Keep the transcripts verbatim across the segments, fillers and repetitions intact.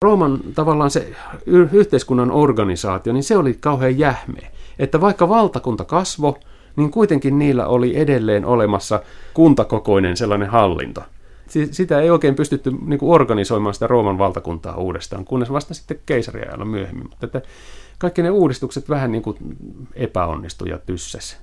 Rooman tavallaan se y- yhteiskunnan organisaatio, niin se oli kauhean jähmeä. Että vaikka valtakunta kasvoi, niin kuitenkin niillä oli edelleen olemassa kuntakokoinen sellainen hallinto. Sitä ei oikein pystytty niin kuin organisoimaan sitä Rooman valtakuntaa uudestaan, kunnes vasta sitten keisariajalla myöhemmin. Mutta että kaikki ne uudistukset vähän niin kuin epäonnistui ja tyssäsi.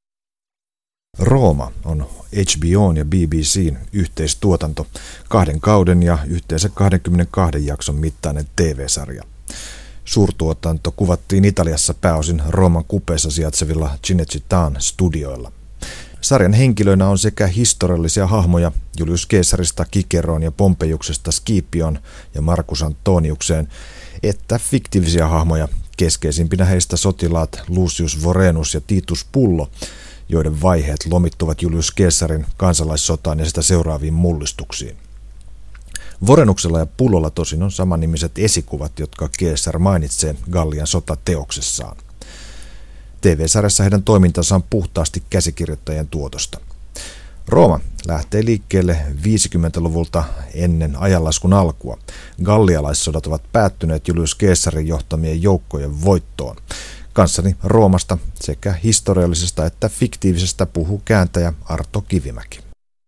Rooma on H B O:n ja B B C:n yhteistuotanto, kahden kauden ja yhteensä kaksikymmentäkaksi jakson mittainen T V-sarja. Suurtuotanto kuvattiin Italiassa pääosin Rooman kupeessa sijaitsevilla Cinecittàn studioilla. Sarjan henkilöinä on sekä historiallisia hahmoja Julius Caesarista Ciceroon ja Pompeiuksesta Scipioon ja Marcus Antoniukseen, että fiktiivisiä hahmoja, keskeisimpinä heistä sotilaat Lucius Vorenus ja Titus Pullo, joiden vaiheet lomittuvat Julius Caesarin kansalaissotaan ja sitä seuraaviin mullistuksiin. Vorenuksella ja Pullolla tosin on samannimiset esikuvat, jotka Caesar mainitsee Gallian sotateoksessaan. T V-sarjassa heidän toimintansa on puhtaasti käsikirjoittajien tuotosta. Rooma lähtee liikkeelle viisikymmentäluvulta ennen ajanlaskun alkua. Gallialaissodat ovat päättyneet Julius Caesarin johtamien joukkojen voittoon. Kanssani Roomasta sekä historiallisesta että fiktiivisestä puhuu kääntäjä Arto Kivimäki.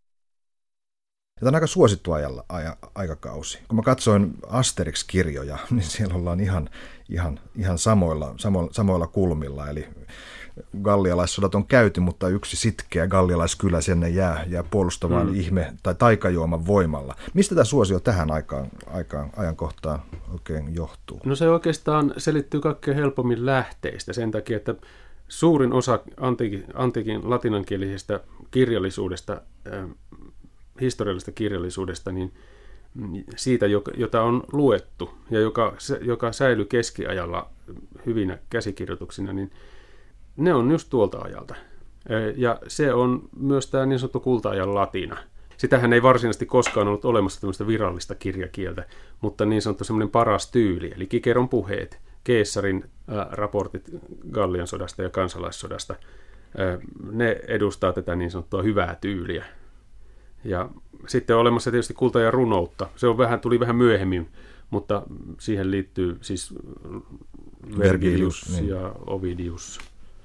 Tämä on aika suosittu ajalla, aja, aikakausi. Kun mä katsoin Asterix-kirjoja, niin siellä ollaan ihan, ihan, ihan samoilla, samoilla, samoilla kulmilla. Eli gallialaissodat on käyty, mutta yksi sitkeä gallialaiskylä sinne jää, jää puolustamaan mm. ihme- tai taikajuoman voimalla. Mistä tämä suosio tähän aikaan, aikaan, ajankohtaan oikein johtuu? No se oikeastaan selittyy kaikkein helpommin lähteistä sen takia, että suurin osa antiikin, antiikin latinankielisestä kirjallisuudesta, äh, historiallisesta kirjallisuudesta, niin siitä, jota on luettu ja joka, joka säilyi keskiajalla hyvinä käsikirjoituksina, niin ne on just tuolta ajalta. Ja se on myös tämä niin sanottu kulta-ajan latina. Sitähän ei varsinaisesti koskaan ollut olemassa tämmöistä virallista kirjakieltä, mutta niin sanottu semmoinen paras tyyli, eli Ciceron puheet, Caesarin äh, raportit Gallian sodasta ja kansalaissodasta, äh, ne edustaa tätä niin sanottua hyvää tyyliä. Ja sitten on olemassa tietysti kulta-ajan runoutta. Se on vähän, tuli vähän myöhemmin, mutta siihen liittyy siis Vergilius niin. ja Ovidius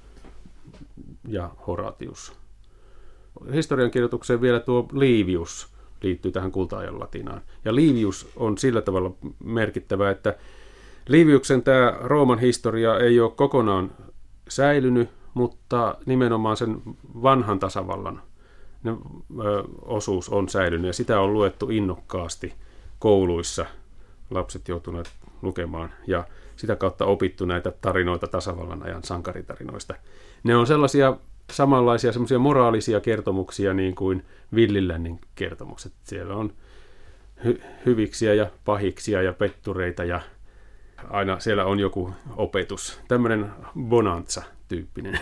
ja Horatius. Historiankirjoitukseen vielä tuo Livius liittyy tähän kulta-ajan latinaan. Ja Livius on sillä tavalla merkittävä, että Liviuksen tämä Rooman historia ei ole kokonaan säilynyt, mutta nimenomaan sen vanhan tasavallan ne, ö, osuus on säilynyt ja sitä on luettu innokkaasti kouluissa. Lapset joutuneet lukemaan ja sitä kautta opittu näitä tarinoita tasavallan ajan sankaritarinoista. Ne on sellaisia samanlaisia semmoisia moraalisia kertomuksia niin kuin Villilännin kertomukset. Siellä on hy- hyviksiä ja pahiksia ja pettureita ja aina siellä on joku opetus. Tämmöinen bonanza-tyyppinen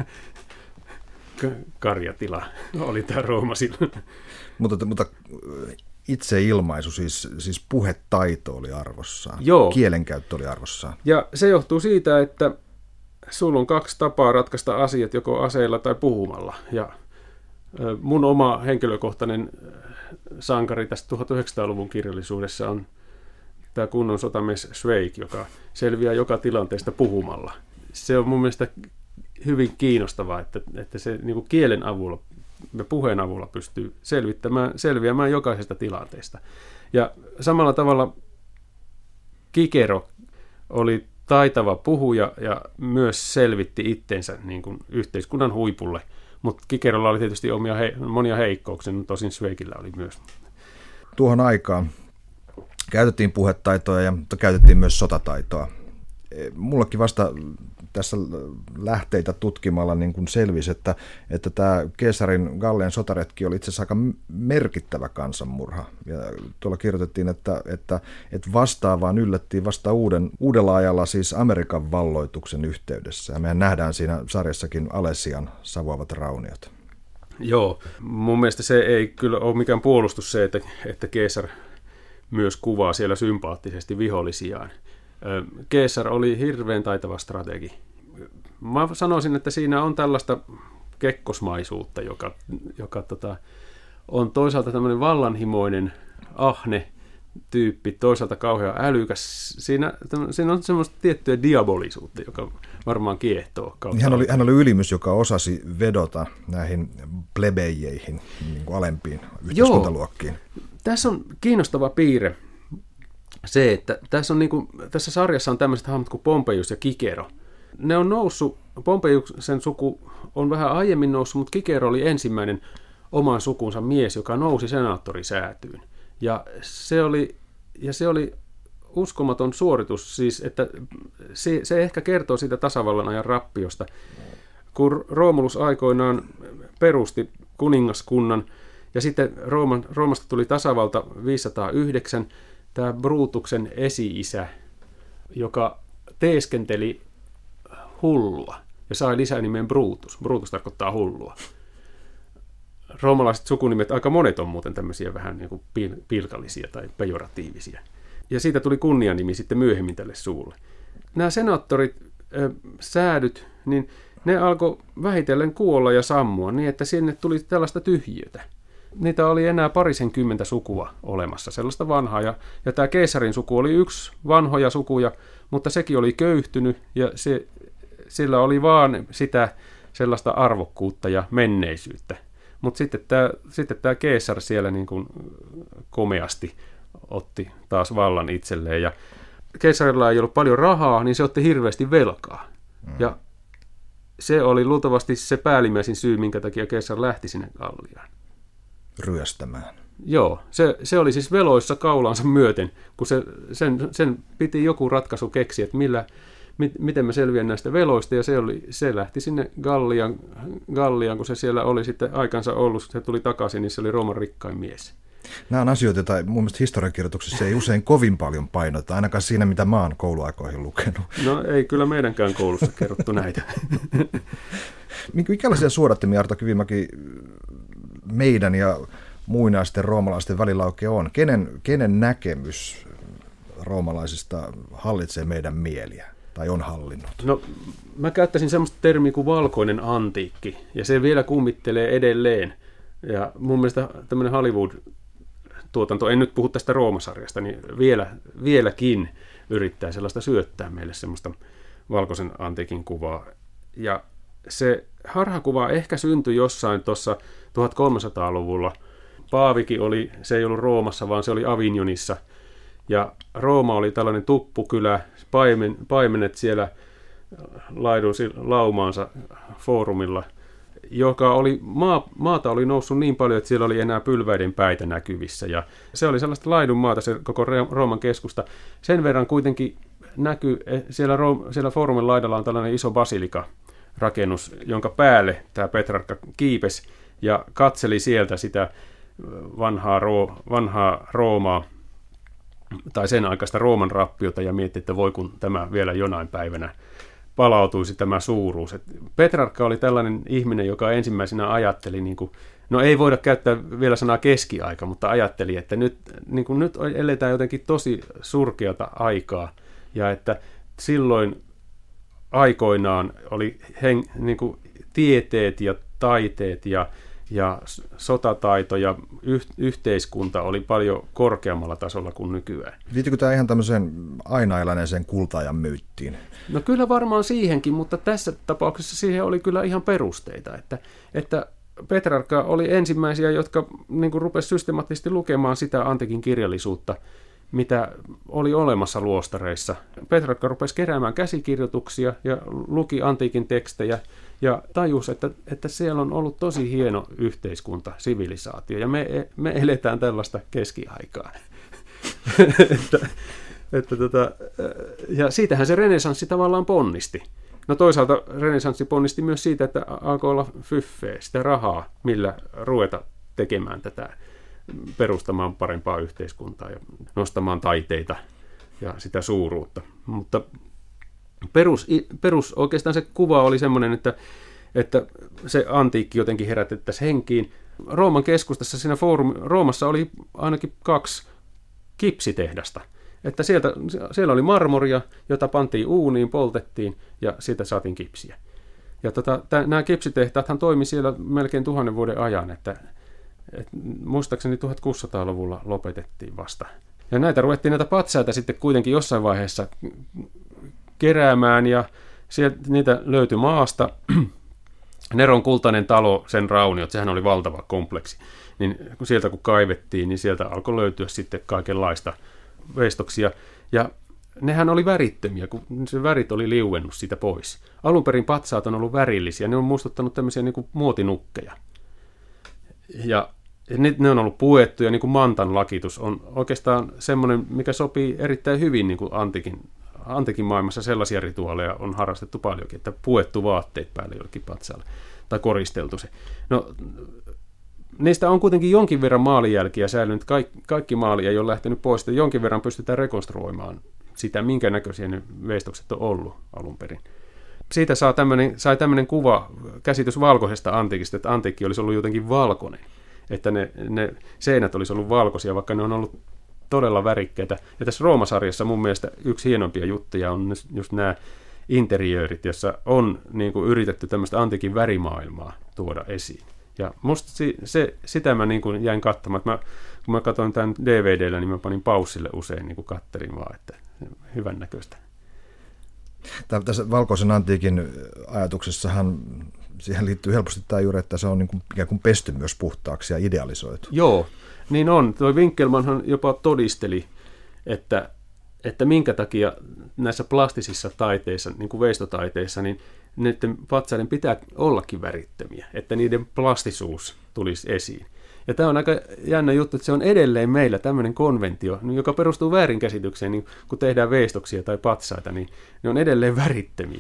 karjatila oli tämä Rooma silloin. Mutta, mutta itseilmaisu, siis, siis puhetaito oli arvossaan. Joo. Kielenkäyttö oli arvossaan. Ja se johtuu siitä, että sulla on kaksi tapaa ratkaista asiat, joko aseilla tai puhumalla. Ja mun oma henkilökohtainen sankari tästä tuhatyhdeksänsataaluvun kirjallisuudessa on tämä kunnon sotamies Sveig, joka selviää joka tilanteesta puhumalla. Se on mun mielestä hyvin kiinnostavaa, että, että se niin kuin kielen avulla ja puheen avulla pystyy selvittämään, selviämään jokaisesta tilanteesta. Ja samalla tavalla Cicero oli taitava puhuja ja myös selvitti itsensä niin kuin yhteiskunnan huipulle, mutta Cicerolla oli tietysti omia he, monia heikkouksia, tosin Sveigillä oli myös. Tuohon aikaan käytettiin puhetaitoja ja käytettiin myös sotataitoa. Mullakin vasta tässä lähteitä tutkimalla niin kuin selvisi, että, että tämä Caesarin Gallian sotaretki oli itse asiassa aika merkittävä kansanmurha. Ja tuolla kirjoitettiin, että, että, että vastaavaan yllättiin vasta uuden, uudella ajalla siis Amerikan valloituksen yhteydessä. Ja mehän nähdään siinä sarjassakin Alesian savuavat rauniot. Joo, mun mielestä se ei kyllä ole mikään puolustus se, että, että Caesar myös kuvaa siellä sympaattisesti vihollisiaan. Caesar oli hirveän taitava strategi. Mä sanoisin, että siinä on tällaista kekkosmaisuutta, joka, joka tota, on toisaalta tämmöinen vallanhimoinen, ahne, tyyppi, toisaalta kauhean älykäs. Siinä, siinä on semmoista tiettyä diabolisuutta, joka varmaan kiehtoo. Hän oli, hän oli ylimys, joka osasi vedota näihin plebejeihin, niin kuin alempiin yhteiskuntaluokkiin. Joo. Tässä on kiinnostava piirre se, että tässä, on niin kuin, tässä sarjassa on tämmöiset hahmot kuin Pompeius ja Kikero. Ne on noussut, Pompeiuksen suku on vähän aiemmin noussut, mutta Kikero oli ensimmäinen oman sukunsa mies, joka nousi senaattorisäätyyn. Ja se oli, ja se oli uskomaton suoritus, siis, että se, se ehkä kertoo siitä tasavallan ajan rappiosta. Kun Romulus aikoinaan perusti kuningaskunnan, ja sitten Rooman, Roomasta tuli tasavalta viisisataayhdeksän, tämä Brutuksen esi-isä, joka teeskenteli hullua ja sai lisänimen Brutus. Brutus tarkoittaa hullua. Roomalaiset sukunimet, aika monet on muuten tämmöisiä vähän niin kuin pilkallisia tai pejoratiivisia. Ja siitä tuli kunnianimi sitten myöhemmin tälle suulle. Nämä senaattorit, äh, säädyt, niin ne alkoi vähitellen kuolla ja sammua niin, että sinne tuli tällaista tyhjiötä. Niitä oli enää parisenkymmentä sukua olemassa, sellaista vanhaa. Ja, ja tämä keisarin suku oli yksi vanhoja sukuja, mutta sekin oli köyhtynyt ja se, sillä oli vaan sitä sellaista arvokkuutta ja menneisyyttä. Mutta sitten tämä, sitten tämä keisari siellä niin kuin komeasti otti taas vallan itselleen. Ja keisarilla ei ollut paljon rahaa, niin se otti hirveästi velkaa. Mm. Ja se oli luultavasti se päällimmäisin syy, minkä takia keisari lähti sinne Galliaan. Ryöstämään. Joo, se, se oli siis veloissa kaulaansa myöten, kun se, sen, sen piti joku ratkaisu keksiä, että millä, mit, miten mä selviän näistä veloista, ja se, oli, se lähti sinne Galliaan, Galliaan, kun se siellä oli sitten aikansa ollut, se tuli takaisin, niin se oli Rooman rikkain mies. Nämä on asioita, joita mun mielestä historiankirjoituksessa ei usein kovin paljon painota, ainakaan siinä, mitä mä oon kouluaikoihin lukenut. No ei kyllä meidänkään koulussa kerrottu näitä. Mikälaisia suodattimia, Arto Kivimäki, meidän ja muinaisten roomalaisten välillä oikein on? Kenen, kenen näkemys roomalaisista hallitsee meidän mieliä tai on hallinnut? No mä käyttäisin semmoista termiä kuin valkoinen antiikki, ja se vielä kummittelee edelleen. Ja mun mielestä tämmöinen Hollywood-tuotanto, en nyt puhu tästä Roomasarjasta, niin vielä, vieläkin yrittää sellaista syöttää meille semmoista valkoisen antiikin kuvaa. Ja se harhakuva ehkä syntyi jossain tuossa tuhatkolmesataaluvulla. Paavikin oli, se ei ollut Roomassa, vaan se oli Avignonissa. Ja Rooma oli tällainen tuppukylä, paimen, paimenet siellä laidusi laumaansa foorumilla, joka oli, maa, maata oli noussut niin paljon, että siellä oli enää pylväiden päitä näkyvissä. Ja se oli sellaista laidun maata, se koko Rooman keskusta. Sen verran kuitenkin näkyy, siellä, siellä foorumin laidalla on tällainen iso basilika-rakennus, jonka päälle tämä Petrarka kiipesi ja katseli sieltä sitä vanhaa, vanhaa Roomaa, tai sen aikaista Rooman rappiota, ja mietti, että voi kun tämä vielä jonain päivänä palautuisi tämä suuruus. Et Petrarka oli tällainen ihminen, joka ensimmäisenä ajatteli, niin kuin, no ei voida käyttää vielä sanaa keskiaika, mutta ajatteli, että nyt, niin kuin nyt eletään jotenkin tosi surkeata aikaa, ja että silloin aikoinaan oli hen, niin kuin tieteet ja taiteet ja ja sotataito ja yh- yhteiskunta oli paljon korkeammalla tasolla kuin nykyään. Liittyykö tämä ihan tämmöiseen ainaeläneeseen kultaajan myyttiin? No kyllä varmaan siihenkin, mutta tässä tapauksessa siihen oli kyllä ihan perusteita, että, että Petrarka oli ensimmäisiä, jotka niin kuin rupesi systemaattisesti lukemaan sitä antiikin kirjallisuutta, mitä oli olemassa luostareissa. Petrarka rupesi keräämään käsikirjoituksia ja luki antiikin tekstejä ja tajusi, että, että siellä on ollut tosi hieno yhteiskunta, sivilisaatio, ja me, me eletään tällaista keskiaikaa. että, että tota, ja siitähän se renesanssi tavallaan ponnisti. No toisaalta renesanssi ponnisti myös siitä, että alkoi olla fyffeä, sitä rahaa, millä ruveta tekemään tätä, perustamaan parempaa yhteiskuntaa ja nostamaan taiteita ja sitä suuruutta. Mutta perus, perus oikeastaan se kuva oli semmoinen, että, että se antiikki jotenkin herätettäisiin henkiin. Rooman keskustassa siinä foorumi, Roomassa oli ainakin kaksi kipsitehdasta. Että sieltä, siellä oli marmoria, jota pantiin uuniin, poltettiin ja siitä saatiin kipsiä. Ja tota, tämän, nämä kipsitehtaathan toimi siellä melkein tuhannen vuoden ajan, että et muistaakseni tuhatkuusisataaluvulla lopetettiin vasta Ja näitä ruvettiin näitä patsaita sitten kuitenkin jossain vaiheessa keräämään, ja sieltä niitä löytyi maasta. Neron kultainen talo, sen rauniot, sehän oli valtava kompleksi. Niin kun sieltä kun kaivettiin, niin sieltä alkoi löytyä sitten kaikenlaista veistoksia. Ja nehän oli värittömiä, kun se värit oli liuennut siitä pois. Alun perin patsaat on ollut värillisiä, ne on muistuttanut tämmöisiä niin kuin muotinukkeja. Ja ne, ne on ollut puettuja, niin kuin mantan lakitus on oikeastaan semmoinen, mikä sopii erittäin hyvin niin kuin antiikin, antiikin maailmassa. Sellaisia rituaaleja on harrastettu paljonkin, että puettu vaatteet päälle jollekin patsaalle tai koristeltu se. No, niistä on kuitenkin jonkin verran maalijälkiä säilynyt. Kaik, kaikki maali ei ole lähtenyt pois, että jonkin verran pystytään rekonstruoimaan sitä, minkä näköisiä ne veistokset on ollut alun perin. Siitä saa tämmönen, sai tämmöinen kuva, käsitys valkoisesta antiikista, että antiikki olisi ollut jotenkin valkoinen, että ne, ne seinät olisi ollut valkoisia, vaikka ne on ollut todella värikkäitä. Ja tässä Roomasarjassa mun mielestä yksi hienompia juttuja on just nämä interiöörit, jossa on niin kuin yritetty tämmöistä antiikin värimaailmaa tuoda esiin. Ja musta se, se, sitä mä niin kuin jäin katsomaan, että mä, kun mä katsoin tämän D V D:llä, niin mä panin paussille usein niin kuin kattelin vaan, että hyvän näköistä. Tässä valkoisen antiikin ajatuksessahan siihen liittyy helposti tämä juuri, että se on niin kuin ikään kuin pesty myös puhtaaksi ja idealisoitu. Joo, niin on. Tuo Winkelmannhan jopa todisteli, että, että minkä takia näissä plastisissa taiteissa, niin kuin veistotaiteissa, niin niiden patsaiden pitää ollakin värittömiä, että niiden plastisuus tulisi esiin. Ja tämä on aika jännä juttu, että se on edelleen meillä tämmöinen konventio, joka perustuu väärinkäsitykseen, niin kun tehdään veistoksia tai patsaita, niin ne on edelleen värittömiä.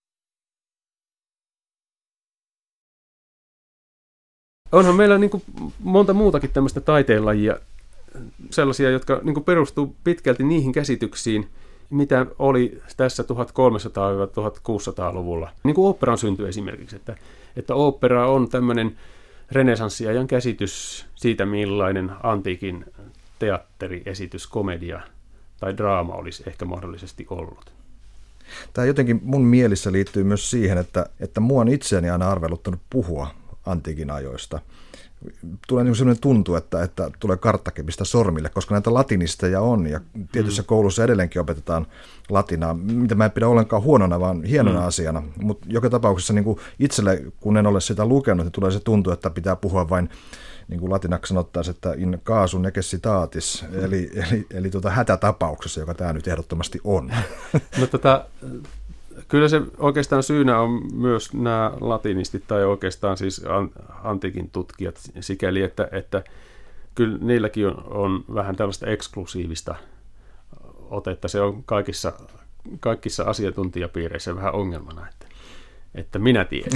Onhan meillä niin kuin monta muutakin tämmöistä taiteenlajia, sellaisia, jotka niin kuin perustuu pitkälti niihin käsityksiin, mitä oli tässä tuhatkolmesataa-tuhatkuusisataaluvulla. Niin kuin oopperan synty esimerkiksi, että, että ooppera on tämmöinen renessanssiajan käsitys siitä, millainen antiikin teatteriesitys, komedia tai draama olisi ehkä mahdollisesti ollut. Tämä jotenkin mun mielissä liittyy myös siihen, että, että mua on itseäni aina arveluttanut puhua antiikin ajoista. Tulee niin sellainen tuntu, että, että tulee karttakepistä sormille, koska näitä latinisteja on, ja tietyissä mm. koulussa edelleenkin opetetaan latinaa, mitä mä en pidä ollenkaan huonona, vaan hienona mm. asiana. Mutta joka tapauksessa niin kuin itselle, kun en ole sitä lukenut, niin tulee se tuntu, että pitää puhua vain, niin kuin latinaksi sanottaisiin, että in casu necessitatis, mm. eli, eli, eli tuota hätätapauksessa, joka tämä nyt ehdottomasti on. No tota... Kyllä se oikeastaan syynä on myös nämä latinistit tai oikeastaan siis antiikin tutkijat sikäli, että, että kyllä niilläkin on, on vähän tällaista eksklusiivista otetta. Se on kaikissa, kaikissa asiantuntijapiireissä vähän ongelmana, että, että minä tiedän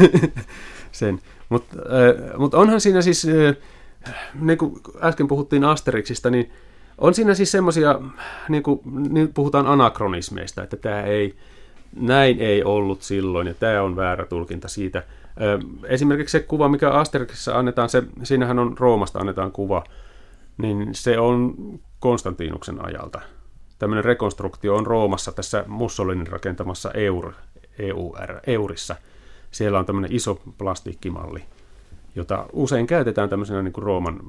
sen. Mutta äh, mut onhan siinä siis, äh, niin kuin äsken puhuttiin Asterixista, niin on siinä siis semmoisia, niin kuin niin puhutaan anakronismeista, että tämä ei... Näin ei ollut silloin, ja tämä on väärä tulkinta siitä. Esimerkiksi se kuva, mikä Asterixissa annetaan, se, siinähän on Roomasta annetaan kuva, niin se on Konstantinuksen ajalta. Tämmöinen rekonstruktio on Roomassa tässä Mussolinin rakentamassa Eur, E U R, Eurissa. Siellä on tämmöinen iso plastiikkimalli, jota usein käytetään tämmöisenä niin kuin Rooman,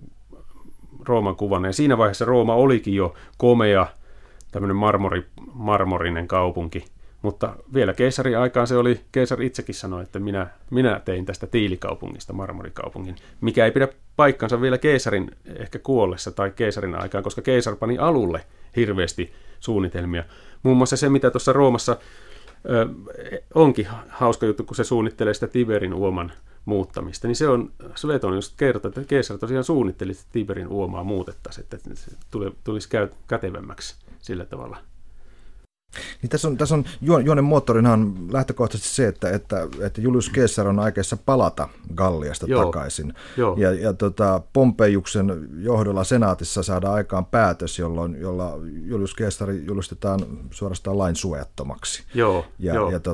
Rooman kuvana. Ja siinä vaiheessa Rooma olikin jo komea, tämmöinen marmori, marmorinen kaupunki. Mutta vielä keisarin aikaan se oli, keisari itsekin sanoi, että minä, minä tein tästä tiilikaupungista marmorikaupungin, mikä ei pidä paikkansa vielä keisarin ehkä kuollessa tai keisarin aikaan, koska keisar pani alulle hirveästi suunnitelmia. Muun muassa se, mitä tuossa Roomassa ö, onkin hauska juttu, kun se suunnittelee sitä Tiberin uoman muuttamista, niin se on, Sueton just kertoo, että keisari tosiaan suunnitteli, että Tiberin uomaa muutettaisiin, että se tulisi käy kätevämmäksi sillä tavalla. Niin tässä on, tässä on juonen moottorinahan lähtökohtaisesti se, että, että, että Julius Caesar on aikeissa palata Galliasta Joo. takaisin. Joo. Ja, ja tota, Pompeiuksen johdolla senaatissa saadaan aikaan päätös, jolloin, jolla Julius Caesar julistetaan suorastaan lain suojattomaksi. Joo. Ja, Joo. ja tota,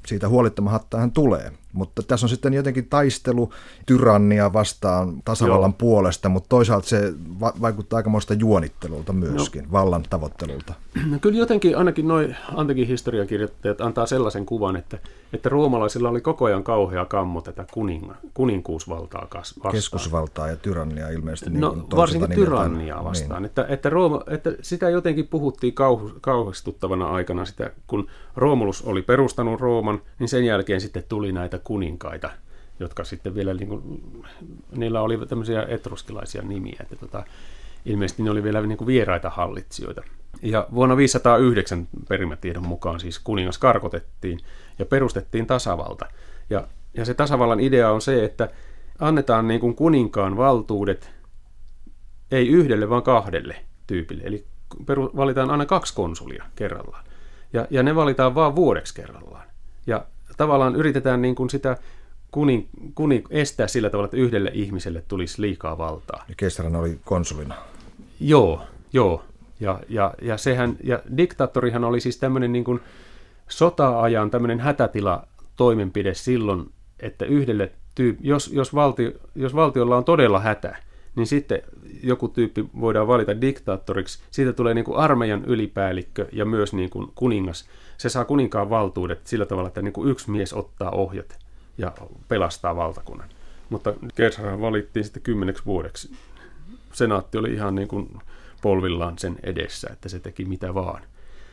siitä huolittamatta hän tulee. Mutta tässä on sitten jotenkin taistelu tyrannia vastaan tasavallan Joo. puolesta, mutta toisaalta se va- vaikuttaa aikamoista juonittelulta myöskin, no. vallan tavoittelulta. No kyllä jotenkin ainakin noi antiikin historiakirjoittajat antaa sellaisen kuvan, että, että roomalaisilla oli koko ajan kauhea kammo tätä kuninga, kuninkuusvaltaa vastaan. Keskusvaltaa ja tyrannia ilmeisesti. Niin no varsinkin tyrannia vastaan. Niin. Että, että, Rooma, että sitä jotenkin puhuttiin kauhu, kauhistuttavana aikana, sitä, kun Romulus oli perustanut Rooman, niin sen jälkeen sitten tuli näitä kuninkaita, jotka sitten vielä, niin kuin, niillä oli tämmöisiä etruskilaisia nimiä, että tota, ilmeisesti ne oli vielä niin kuin vieraita hallitsijoita. Ja vuonna viisisataayhdeksän perimätiedon mukaan siis kuningas karkotettiin ja perustettiin tasavalta. Ja, ja se tasavallan idea on se, että annetaan niin kuin kuninkaan valtuudet ei yhdelle, vaan kahdelle tyypille. Eli peru, valitaan aina kaksi konsulia kerrallaan. Ja, ja ne valitaan vaan vuodeksi kerrallaan. Ja tavallaan yritetään niin kuin sitä kunin, kunin, estää sillä tavalla, että yhdelle ihmiselle tulisi liikaa valtaa. Ja keisarina oli konsulina. Joo, joo. Ja, ja, ja, sehän, ja diktaattorihan oli siis tämmöinen niin kuin sota-ajan tämmöinen hätätilatoimenpide silloin, että yhdelle tyyp, jos, jos, valtio, jos valtiolla on todella hätä, niin sitten joku tyyppi voidaan valita diktaattoriksi. Siitä tulee niin kuin armeijan ylipäällikkö ja myös niin kuin kuningas. Se saa kuninkaan valtuudet sillä tavalla, että niin kuin yksi mies ottaa ohjat ja pelastaa valtakunnan. Mutta keisarihan valittiin sitten kymmeneksi vuodeksi. Senaatti oli ihan niin kuin polvillaan sen edessä, että se teki mitä vaan.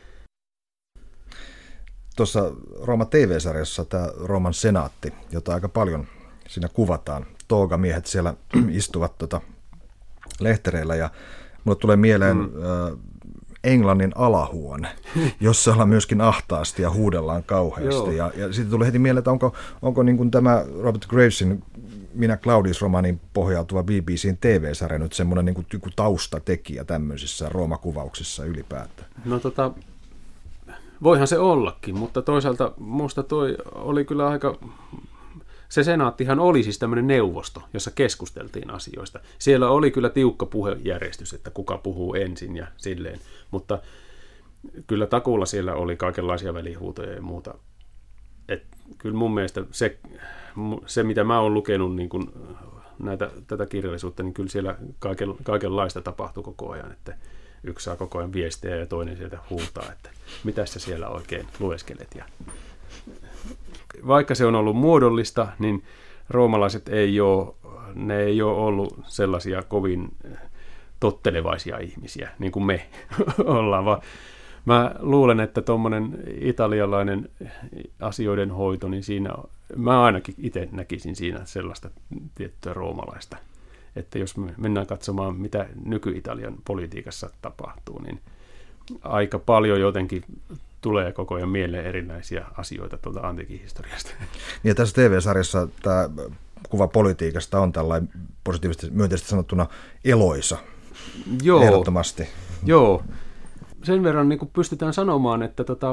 Tuossa Rooma T V-sarjassa tämä Rooman senaatti, jota aika paljon siinä kuvataan. Toogamiehet siellä istuvat tota lehtereillä ja mulle tulee mieleen mm. äh, Englannin alahuone, jossa ollaan myöskin ahtaasti ja huudellaan kauheasti. Ja, ja sitten tuli heti mieleen, että onko, onko niin kuin tämä Robert Gravesin Minä Claudius-romaanin pohjautuva B B C:n T V-sarja nyt semmoinen niin kuin taustatekijä tämmöisissä Rooma-kuvauksissa ylipäätään? No tota, voihan se ollakin, mutta toisaalta musta toi oli kyllä aika... Se senaattihan oli siis tämmöinen neuvosto, jossa keskusteltiin asioista. Siellä oli kyllä tiukka puhejärjestys, että kuka puhuu ensin ja silleen, mutta kyllä takuulla siellä oli kaikenlaisia välihuutoja ja muuta. Et kyllä mun mielestä se, se mitä mä oon lukenut niin kun näitä, tätä kirjallisuutta, niin kyllä siellä kaiken, kaikenlaista tapahtui koko ajan, että yksi saa koko ajan viestejä ja toinen sieltä huutaa, että mitä sä siellä oikein lueskelet. Ja vaikka se on ollut muodollista, niin roomalaiset ei ole, ne ei ole ollut sellaisia kovin tottelevaisia ihmisiä, niin kuin me ollaan, vaan mä luulen, että tuommoinen italialainen asioiden hoito, niin siinä, mä ainakin itse näkisin siinä sellaista tiettyä roomalaista, että jos me mennään katsomaan, mitä nyky-Italian politiikassa tapahtuu, niin aika paljon jotenkin tulee koko ajan mieleen erinäisiä asioita tuolta antiikin historiasta. Ja tässä T V-sarjassa tämä kuva politiikasta on tällainen positiivisesti myönteisesti sanottuna eloisa. Joo, ehdottomasti. Joo, sen verran niin kuin pystytään sanomaan, että tota,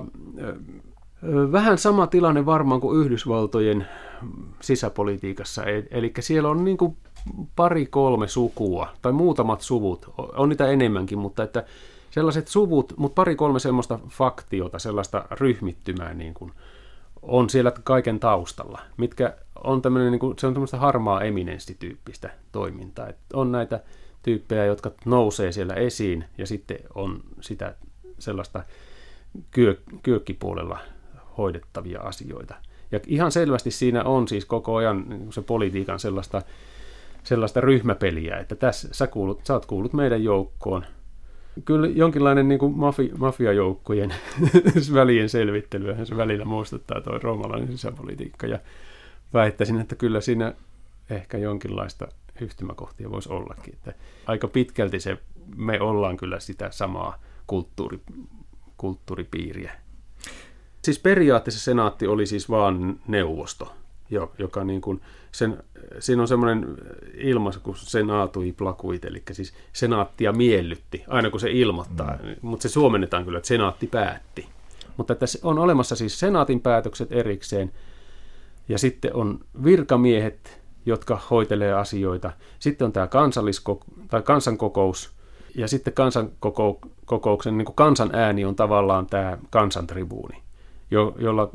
vähän sama tilanne varmaan kuin Yhdysvaltojen sisäpolitiikassa. Eli siellä on niin kuin pari kolme sukua, tai muutamat suvut, on niitä enemmänkin, mutta että sellaiset suvut, mutta pari kolme semmoista faktiota, sellaista ryhmittymää niin kuin on siellä kaiken taustalla, mitkä on tämmöinen, niin kuin, se on tämmöistä harmaa eminenssityyppistä toimintaa. Et on näitä tyyppejä, jotka nousee siellä esiin, ja sitten on sitä sellaista kyö, kyökkipuolella hoidettavia asioita. Ja ihan selvästi siinä on siis koko ajan se politiikan sellaista, sellaista ryhmäpeliä, että tässä sä, kuulut, sä oot kuullut meidän joukkoon. Kyllä jonkinlainen niin kuin mafi, mafiajoukkojen välien selvittelyä se välillä muistuttaa tuo roomalainen sisäpolitiikka. Ja väittäisin, että kyllä siinä ehkä jonkinlaista yhtymäkohtia voisi ollakin. Että aika pitkälti se, me ollaan kyllä sitä samaa kulttuuri, kulttuuripiiriä. Siis periaatteessa senaatti oli siis vaan neuvosto, joka niin kuin sen, siinä on semmoinen ilmaisu kuin senatui placuit, eli siis senaattia miellytti, aina kun se ilmoittaa, mm. mutta se suomennetaan kyllä, että senaatti päätti. Mutta että on olemassa siis senaatin päätökset erikseen, ja sitten on virkamiehet, jotka hoitelee asioita. Sitten on tämä kansalliskok- tai kansankokous, ja sitten kansankokouksen niin kuin kansan ääni on tavallaan tämä kansantribuuni, jo- jolla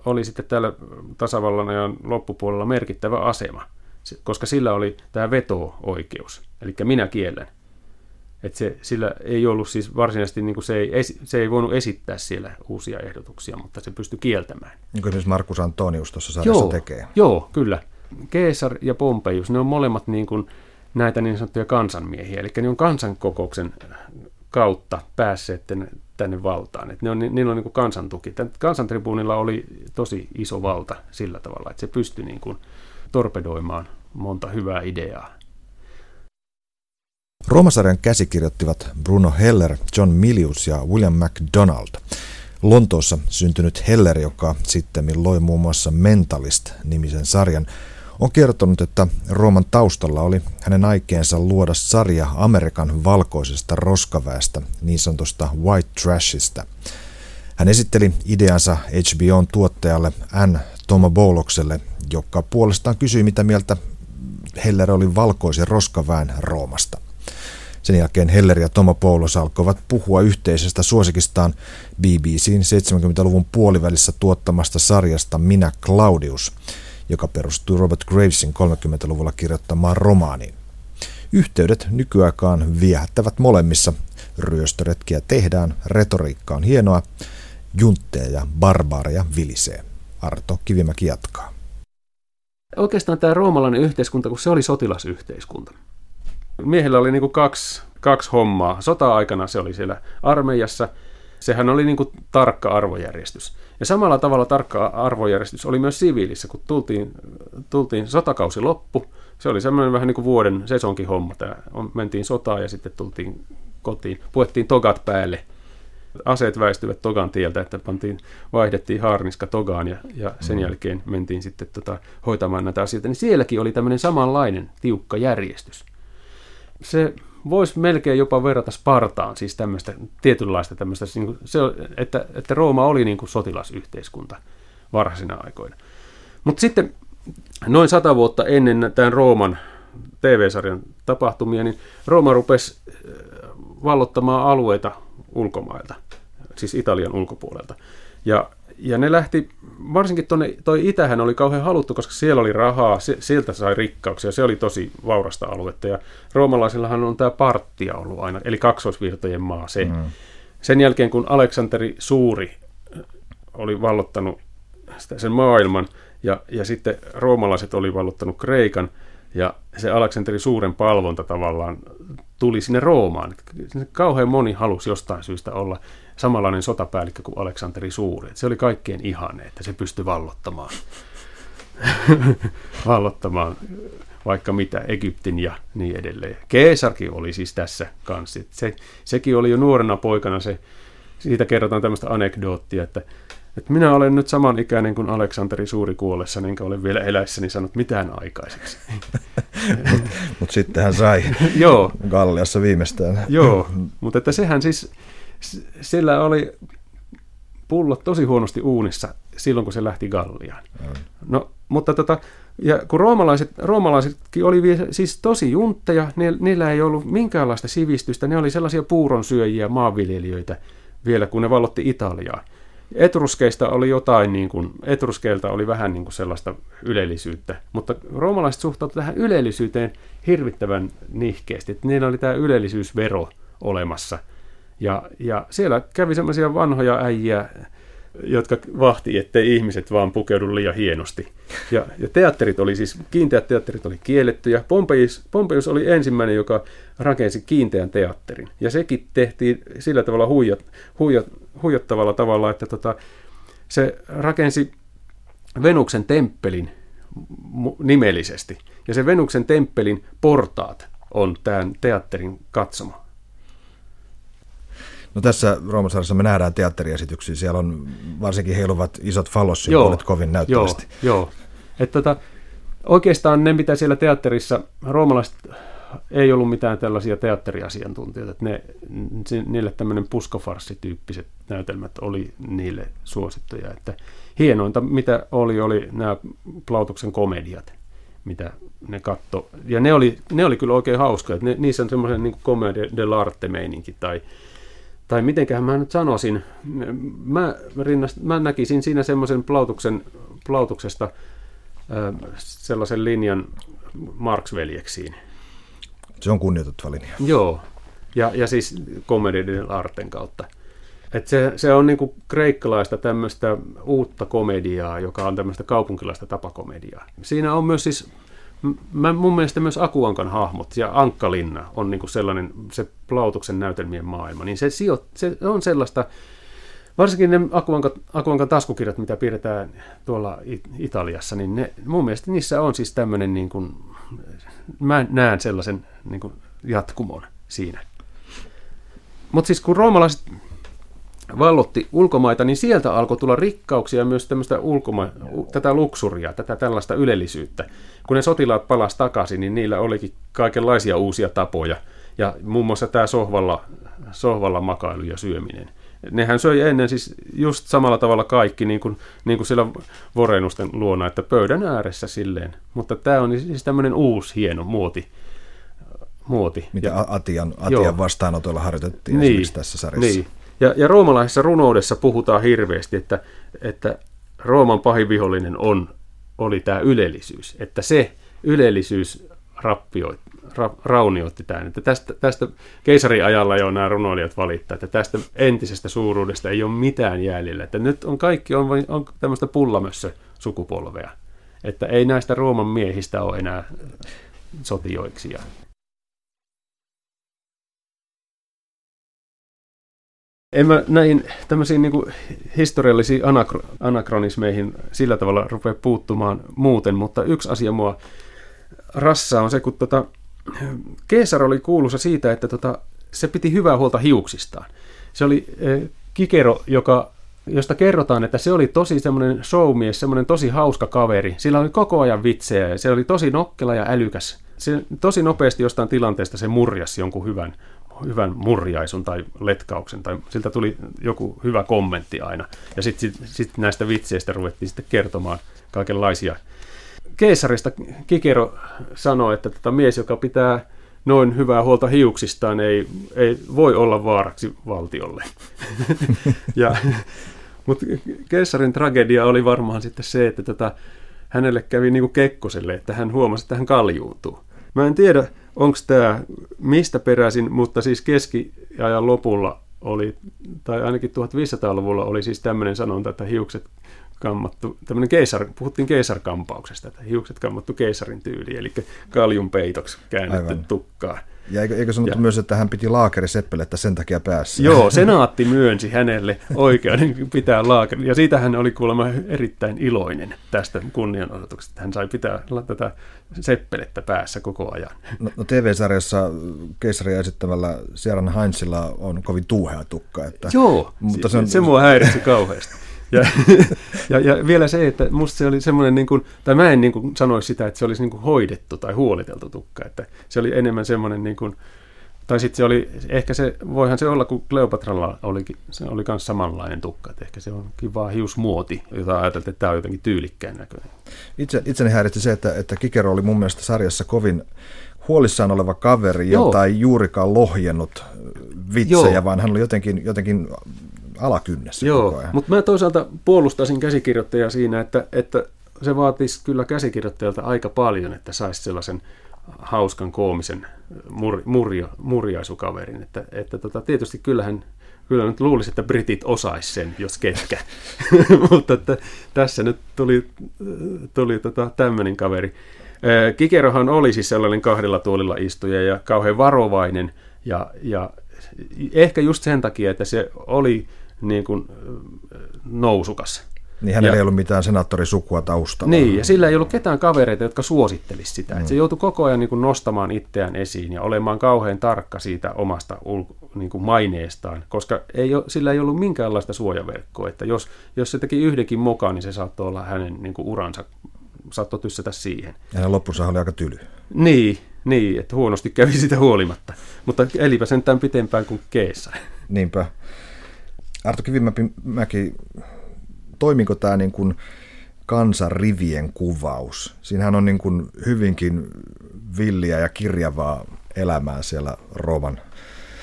oli sitten täällä tasavallan ajan loppupuolella merkittävä asema, koska sillä oli tämä veto-oikeus, eli minä kiellän. Että se, sillä ei ollut siis varsinaisesti, niin kuin se, ei, se ei voinut esittää siellä uusia ehdotuksia, mutta se pystyi kieltämään. Niin kuin esimerkiksi Marcus Antonius tuossa sarjassa joo, tekee. Joo, kyllä. Caesar ja Pompeius, ne on molemmat niin kuin näitä niin sanottuja kansanmiehiä, eli ne on kansankokouksen kautta päässeet tänne valtaan. Että ne on, niillä on niin kuin kansantuki. Tän kansantribuunilla oli tosi iso valta sillä tavalla, että se pystyi niin kuin torpedoimaan monta hyvää ideaa. Roomasarjan käsikirjoittivat Bruno Heller, John Milius ja William MacDonald. Lontoossa syntynyt Heller, joka sittemmin loi muun muassa Mentalist-nimisen sarjan, on kertonut, että Rooman taustalla oli hänen aikeensa luoda sarja Amerikan valkoisesta roskaväestä, niin sanotusta white trashista. Hän esitteli ideansa H B O:n tuottajalle Ann Tomabolokselle, joka puolestaan kysyi, mitä mieltä Heller oli valkoisen roskaväen Roomasta. Sen jälkeen Heller ja Tomopoulos alkoivat puhua yhteisestä suosikistaan B B C:n seitsemänkymmentäluvun puolivälissä tuottamasta sarjasta Minä Claudius, joka perustui Robert Gravesin kolmekymmentäluvulla kirjoittamaan romaaniin. Yhteydet nykyaikaan viehättävät molemmissa. Ryöstöretkiä tehdään, retoriikka on hienoa, juntteja ja barbaareja vilisee. Arto Kivimäki jatkaa. Oikeastaan tämä roomalainen yhteiskunta, kun se oli sotilasyhteiskunta. Miehellä oli niin kuin kaksi, kaksi hommaa. Sota-aikana se oli siellä armeijassa. Sehän oli niin kuin tarkka arvojärjestys. Ja samalla tavalla tarkka arvojärjestys oli myös siviilissä, kun tultiin, tultiin sotakausi loppu. Se oli semmoinen vähän niin kuin vuoden sesonkin homma. Tämä, mentiin sotaan ja sitten tultiin kotiin. Puettiin togat päälle. Aseet väistyvät togan tieltä, että pantiin, vaihdettiin haarniska togaan ja, ja sen jälkeen mentiin sitten tota, hoitamaan näitä asioita. Niin sielläkin oli tämmöinen samanlainen tiukka järjestys. Se voisi melkein jopa verrata Spartaan, siis tämmöistä tietynlaista tämmöistä, se, että, että Rooma oli niin kuin sotilasyhteiskunta varhaisina aikoina. Mutta sitten noin sata vuotta ennen tämän Rooman T V-sarjan tapahtumia, niin Rooma rupesi vallottamaan alueita ulkomailta, siis Italian ulkopuolelta. Ja, ja ne lähti, varsinkin tuonne, toi itähän oli kauhean haluttu, koska siellä oli rahaa, sieltä sai rikkauksia, se oli tosi vaurasta aluetta. Ja roomalaisillahan on tämä Parttia ollut aina, eli kaksoisvirtojen maa. Se. Mm. Sen jälkeen, kun Aleksanteri Suuri oli vallottanut sen maailman, ja, ja sitten roomalaiset oli vallottanut Kreikan, ja se Aleksanteri Suuren palvonta tavallaan tuli sinne Roomaan. Kauhean moni halusi jostain syystä olla samanlainen sotapäällikkö kuin Aleksanteri Suuri. Se oli kaikkein ihane, että se pystyi vallottamaan, vallottamaan vaikka mitä, Egyptin ja niin edelleen. Keesarkin oli siis tässä kanssa. Se, sekin oli jo nuorena poikana, se, siitä kerrotaan tämmöistä anekdoottia, että että minä olen nyt samanikäinen kuin Aleksanteri Suuri kuollessa, enkä ole vielä eläissäni saanut mitään aikaiseksi. Mutta mut sitten hän sai Joo. Galliassa viimeistään. Joo, mutta että sehän siis, sillä oli pullot tosi huonosti uunissa silloin, kun se lähti Galliaan. No, mutta tota, ja kun roomalaiset, roomalaisetkin oli siis tosi juntteja, niillä ei ollut minkäänlaista sivistystä, ne oli sellaisia puuronsyöjiä, maanviljelijöitä vielä, kun ne vallotti Italiaa. Etruskeista oli jotain, niin kuin, etruskeilta oli vähän niin kuin sellaista ylellisyyttä, mutta roomalaiset suhtautuivat tähän ylellisyyteen hirvittävän nihkeästi, että niillä oli tämä ylellisyysvero olemassa. Ja, ja siellä kävi semmoisia vanhoja äijiä, jotka vahti, ettei ihmiset vaan pukeudu liian hienosti. Ja, ja teatterit oli siis, kiinteät teatterit oli kielletty, ja Pompeius, Pompeius oli ensimmäinen, joka rakensi kiinteän teatterin. Ja sekin tehtiin sillä tavalla huijat, huijat, huijattavalla tavalla, että tota, se rakensi Venuksen temppelin nimellisesti. Ja se Venuksen temppelin portaat on tämän teatterin katsoma. No tässä Roomasarjassa me nähdään teatteriesityksiä. Siellä on varsinkin heiluvat isot fallossymbolit kovin näyttävästi. Joo, joo. Että tota, oikeastaan ne, mitä siellä teatterissa, roomalaiset ei ollut mitään tällaisia teatteriasiantuntijoita. Että ne, niille tämmöinen puskofarssityyppiset näytelmät oli niille suosittuja. Että hienointa, mitä oli, oli nämä Plautuksen komediat, mitä ne katto. Ja ne oli, ne oli kyllä oikein hauskoja. Ne, niissä on semmoinen niin kuin commedia dell'arte-meininki tai tai mitenköhän mä nyt sanoisin, mä, rinnast, mä näkisin siinä semmoisen plautuksen, plautuksesta äh, sellaisen linjan Marx-veljeksiin. Se on kunnioitettava linja. Joo, ja, ja siis Commedia dell'arten kautta. Et se, se on niinku kreikkalaista tämmöistä uutta komediaa, joka on tämmöistä kaupunkilaista tapakomediaa. Siinä on myös siis, mä, mun mielestä myös Akuankan hahmot ja Ankkalinna on niinku sellainen, se plautuksen näytelmien maailma, niin se, sijo, se on sellaista, varsinkin ne Akuankan, Akuankan taskukirjat, mitä pidetään tuolla Italiassa, niin ne, mun mielestä niissä on siis tämmöinen, niin kuin, mä näen sellaisen niin kuin jatkumon siinä. Mutta siis kun roomalaiset vallotti ulkomaita, niin sieltä alkoi tulla rikkauksia ja myös tämmöistä ulkoma- tätä luksuria, tätä tällaista ylellisyyttä. Kun ne sotilaat palasi takaisin, niin niillä olikin kaikenlaisia uusia tapoja. Ja muun muassa tämä sohvalla, sohvalla makailu ja syöminen. Nehän söi ennen siis just samalla tavalla kaikki, niin kuin, niin kuin siellä vorenusten luona, että pöydän ääressä silleen. Mutta tämä on siis tämmöinen uusi hieno muoti. muoti. Mitä ja, Atian, Atian vastaanotolla harjoitettiin niin, esimerkiksi tässä sarjassa. Niin. Ja, ja roomalaisessa runoudessa puhutaan hirveästi, että, että Rooman pahin vihollinen on, oli tämä ylellisyys. Että se ylellisyys rappioi, ra, raunioitti tämän. Että tästä, tästä keisariajalla jo nämä runoilijat valittaa, että tästä entisestä suuruudesta ei ole mitään jäljellä. Että nyt on kaikki on, on tämmöistä pullamössö-sukupolvea. Että ei näistä Rooman miehistä ole enää sotijoiksi. En mä näihin tämmöisiin niin kuin historiallisiin anakro- anakronismeihin sillä tavalla rupea puuttumaan muuten, mutta yksi asia mua rassaa on se, kun tota, Keesar oli kuuluisa siitä, että tota, se piti hyvää huolta hiuksistaan. Se oli äh, Kikero, joka, josta kerrotaan, että se oli tosi semmoinen showmies, semmoinen tosi hauska kaveri. Sillä oli koko ajan vitsejä ja se oli tosi nokkela ja älykäs. Se tosi nopeasti jostain tilanteesta se murjasi jonkun hyvän hyvän murjaisun tai letkauksen, tai siltä tuli joku hyvä kommentti aina. Ja sitten sit, sit näistä vitseistä ruvettiin sitten kertomaan kaikenlaisia. Keisarista Kikero sanoi, että tota mies, joka pitää noin hyvää huolta hiuksistaan, ei, ei voi olla vaaraksi valtiolle. ja, mutta keisarin tragedia oli varmaan sitten se, että tota, hänelle kävi niin kuin Kekkoselle, että hän huomasi, että hän kaljuuntuu. Mä en tiedä, onko tämä mistä peräisin, mutta siis keskiajan lopulla oli, tai ainakin tuhatviisisataaluvulla oli siis tämmöinen sanonta, että hiukset kammattu, tämmöinen keisar, puhuttiin keisarkampauksesta, että hiukset kammattu keisarin tyyliin, eli kaljun peitoksi käännetty Aivan. tukkaa. Ja eikö, eikö sanottu ja. myös, että hän piti laakeriseppelettä sen takia päässä? Joo, senaatti myönsi hänelle oikeuden pitää laakeri. Ja siitä hän oli kuulemma erittäin iloinen tästä kunnianosoituksesta, että hän sai pitää tätä seppelettä päässä koko ajan. No, no T V-sarjassa keisaria esittävällä Ciaran Hindsilla on kovin tuuhea tukka. Että, Joo, mutta se, on... se mua häiritsi kauheasti. Ja, ja, ja vielä se, että musta se oli semmoinen, niin kuin, tai mä en niin kuin sanoisi sitä, että se olisi niin kuin hoidettu tai huoliteltu tukka, että se oli enemmän semmoinen, niin kuin, tai sitten se oli, ehkä se, voihan se olla, kun Kleopatralla olikin, se oli myös samanlainen tukka, että ehkä se onkin vaan hiusmuoti, jota ajateltiin, että tämä on jotenkin tyylikkään näköinen. Itse, itseni häiritti se, että, että Kikero oli mun mielestä sarjassa kovin huolissaan oleva kaveri, jota ei juurikaan lohjennut vitsejä, Joo. vaan hän oli jotenkin, jotenkin alakynnessä Joo, koko ajan. Mutta mä toisaalta puolustaisin käsikirjoittajaa siinä, että, että se vaatisi kyllä käsikirjoittajalta aika paljon, että saisi sellaisen hauskan koomisen mur, murjo, murjaisukaverin. Että, että tota, tietysti kyllähän kyllä nyt luulisi, että britit osaisi sen, jos ketkä. Mutta että tässä nyt tuli, tuli tota, tämmöinen kaveri. Kikerohan oli siis sellainen kahdella tuolilla istuja ja kauhean varovainen ja, ja ehkä just sen takia, että se oli niin kuin nousukas. Niin hänellä ja, ei ollut mitään senaattorisukua taustalla. Niin, ja sillä ei ollut ketään kavereita, jotka suosittelisi sitä. Mm. Että se joutui koko ajan niin kuin nostamaan itseään esiin ja olemaan kauhean tarkka siitä omasta ulko, niin kuin maineestaan, koska ei ole, sillä ei ollut minkäänlaista suojaverkkoa. Että jos, jos se teki yhdenkin mokaan, niin se saattoi olla hänen niin kuin uransa, saattoi tyssätä siihen. Ja hänen loppunsa oli aika tyly. Niin, niin, että huonosti kävi sitä huolimatta. Mutta elipä sentään pitempään kuin Keesari. Niinpä. Arto Kivimäki, toimiko tämä niin kuin kansanrivien kuvaus? Siinähän on niin kuin hyvinkin villiä ja kirjavaa elämää siellä Rooman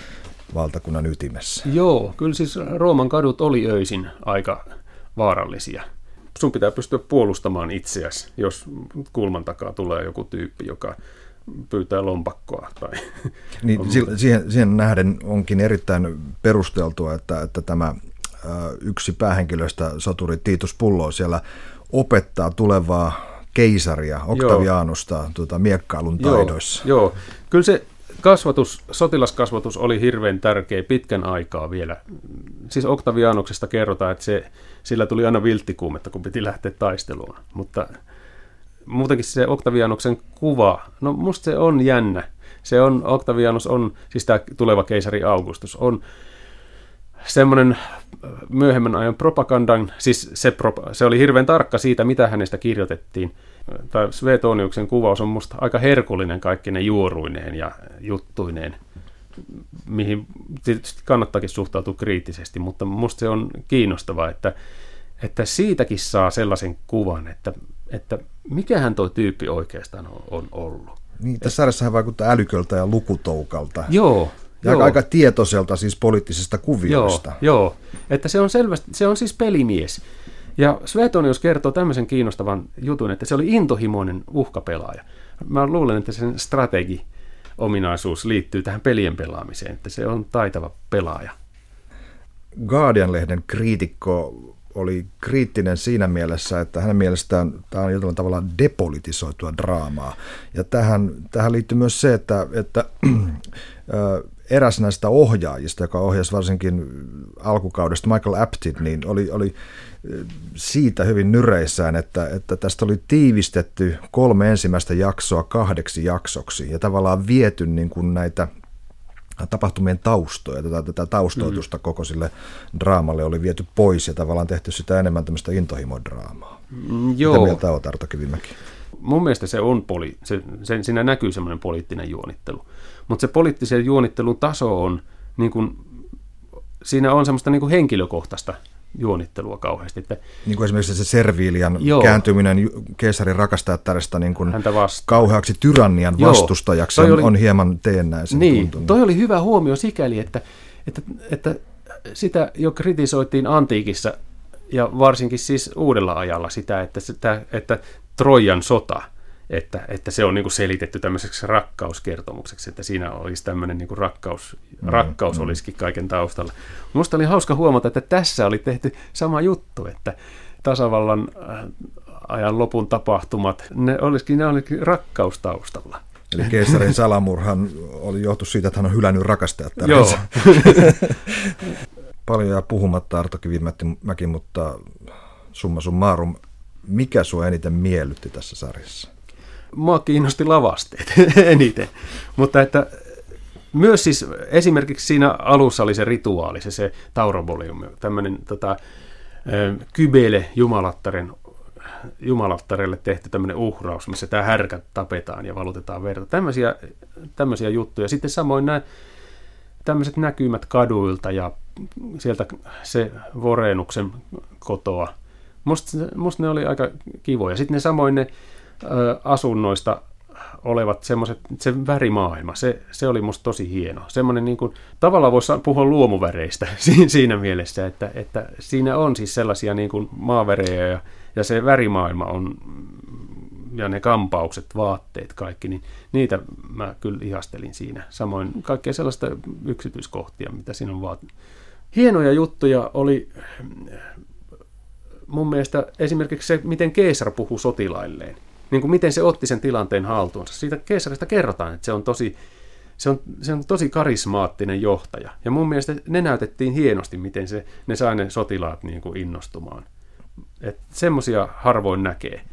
valtakunnan ytimessä. Joo, kyllä siis Rooman kadut oli öisin aika vaarallisia. Sun pitää pystyä puolustamaan itseäsi, jos kulman takaa tulee joku tyyppi, joka pyytää lompakkoa. Tai niin, siihen, siihen nähden onkin erittäin perusteltua, että, että tämä ä, yksi päähenkilöistä, soturi Titus Pullo, siellä opettaa tulevaa keisaria, Octavianusta, tuota, miekkailun taidoissa. Joo, joo, kyllä se kasvatus, sotilaskasvatus oli hirveän tärkeä pitkän aikaa vielä. Siis Octavianuksesta kerrotaan, että se, sillä tuli aina vilttikuumetta, kun piti lähteä taisteluun. Mutta muutenkin se Octavianuksen kuva, no musta se on jännä. Se on, Octavianus on, siis tämä tuleva keisari Augustus, on semmoinen myöhemmän ajan propagandan, siis se, se oli hirveän tarkka siitä, mitä hänestä kirjoitettiin. Tämä Suetoniuksen kuvaus on musta aika herkullinen kaikki ne juoruineen ja juttuineen, mihin tietysti kannattaakin suhtautua kriittisesti, mutta musta se on kiinnostavaa, että, että siitäkin saa sellaisen kuvan, että, että mikähän toi tyyppi oikeastaan on, on ollut. Niin, tässä sarjassahan vaikuttaa älyköltä ja lukutoukalta. Joo. Ja aika, aika tietoiselta siis poliittisesta kuvioista. Joo, joo, että se on selvästi, se on siis pelimies. Ja Suetonius kertoo tämmöisen kiinnostavan jutun, että se oli intohimoinen uhkapelaaja. Mä luulen, että sen strategi-ominaisuus liittyy tähän pelien pelaamiseen, että se on taitava pelaaja. Guardian-lehden kriitikko oli kriittinen siinä mielessä, että hänen mielestään tämä on jollain tavalla depolitisoitua draamaa. Ja tähän, tähän liittyy myös se, että, että eräs näistä ohjaajista, joka ohjasi varsinkin alkukaudesta, Michael Apted, niin oli, oli siitä hyvin nyreissään, että, että tästä oli tiivistetty kolme ensimmäistä jaksoa kahdeksi jaksoksi ja tavallaan viety niin kuin näitä tapahtumien taustoja, tätä, tätä taustoitusta mm. koko sille draamalle oli viety pois ja tavallaan tehty sitä enemmän tämmöistä intohimodraamaa. Mm, joo. Mitä mieltä olet, Arto Kivimäki? Mun mielestä se on, poli- se, se, siinä näkyy semmoinen poliittinen juonittelu, mutta se poliittisen juonittelun taso on, niin kuin, siinä on semmoista niin kuin henkilökohtaista juonittelua kauheasti. Että, niin kuin esimerkiksi se Servilian joo. kääntyminen keisarin rakastajattaresta niin kuin kauheaksi tyrannian joo. vastustajaksi on, oli, on hieman teennäisen niin, tuntunut. Toi oli hyvä huomio sikäli, että, että, että sitä jo kritisoitiin antiikissa ja varsinkin siis uudella ajalla sitä, että, sitä, että Trojan sota, että, että se on niin kuin selitetty tämmöiseksi rakkauskertomukseksi, että siinä olisi tämmöinen niin kuin rakkaus, mm, rakkaus mm. olisikin kaiken taustalla. Minusta oli hauska huomata, että tässä oli tehty sama juttu, että tasavallan ajan lopun tapahtumat, ne olisikin, ne olisikin rakkaus-taustalla. Eli keisarin salamurhan oli johtu siitä, että hän on hylännyt rakastajat. Joo. Paljon jää puhumatta, Arto Kivimäki, mutta summa summarum, mikä sua eniten miellytti tässä sarjassa? Mua kiinnosti lavasteet eniten, mutta että myös siis esimerkiksi siinä alussa oli se rituaali, se, se taurobolium, tämmöinen tota, kybele jumalattaren, jumalattarelle tehty tämmöinen uhraus, missä tämä härkä tapetaan ja valutetaan verta. Tämmöisiä, tämmöisiä juttuja. Sitten samoin nämä tämmöiset näkymät kaduilta ja sieltä se Vorenuksen kotoa. Musta, musta ne oli aika kivoja. Sitten ne samoin ne ö, asunnoista olevat semmoiset, se värimaailma, se, se oli musta tosi hieno. Semmoinen niin kuin, tavallaan voisi puhua luomuväreistä siinä mielessä, että, että siinä on siis sellaisia niin kuin maavärejä ja, ja se värimaailma on, ja ne kampaukset, vaatteet, kaikki, niin niitä mä kyllä ihastelin siinä. Samoin kaikkea sellaista yksityiskohtia, mitä siinä on vaat. Hienoja juttuja oli mun mielestä esimerkiksi se, miten keisar puhuu sotilailleen. Niin kuin miten se otti sen tilanteen haltuunsa. Siitä keisarista kerrotaan, että se on tosi, se on, se on tosi karismaattinen johtaja. Ja mun mielestä ne näytettiin hienosti, miten se, ne sai ne sotilaat niin kuin innostumaan. Että semmoisia harvoin näkee.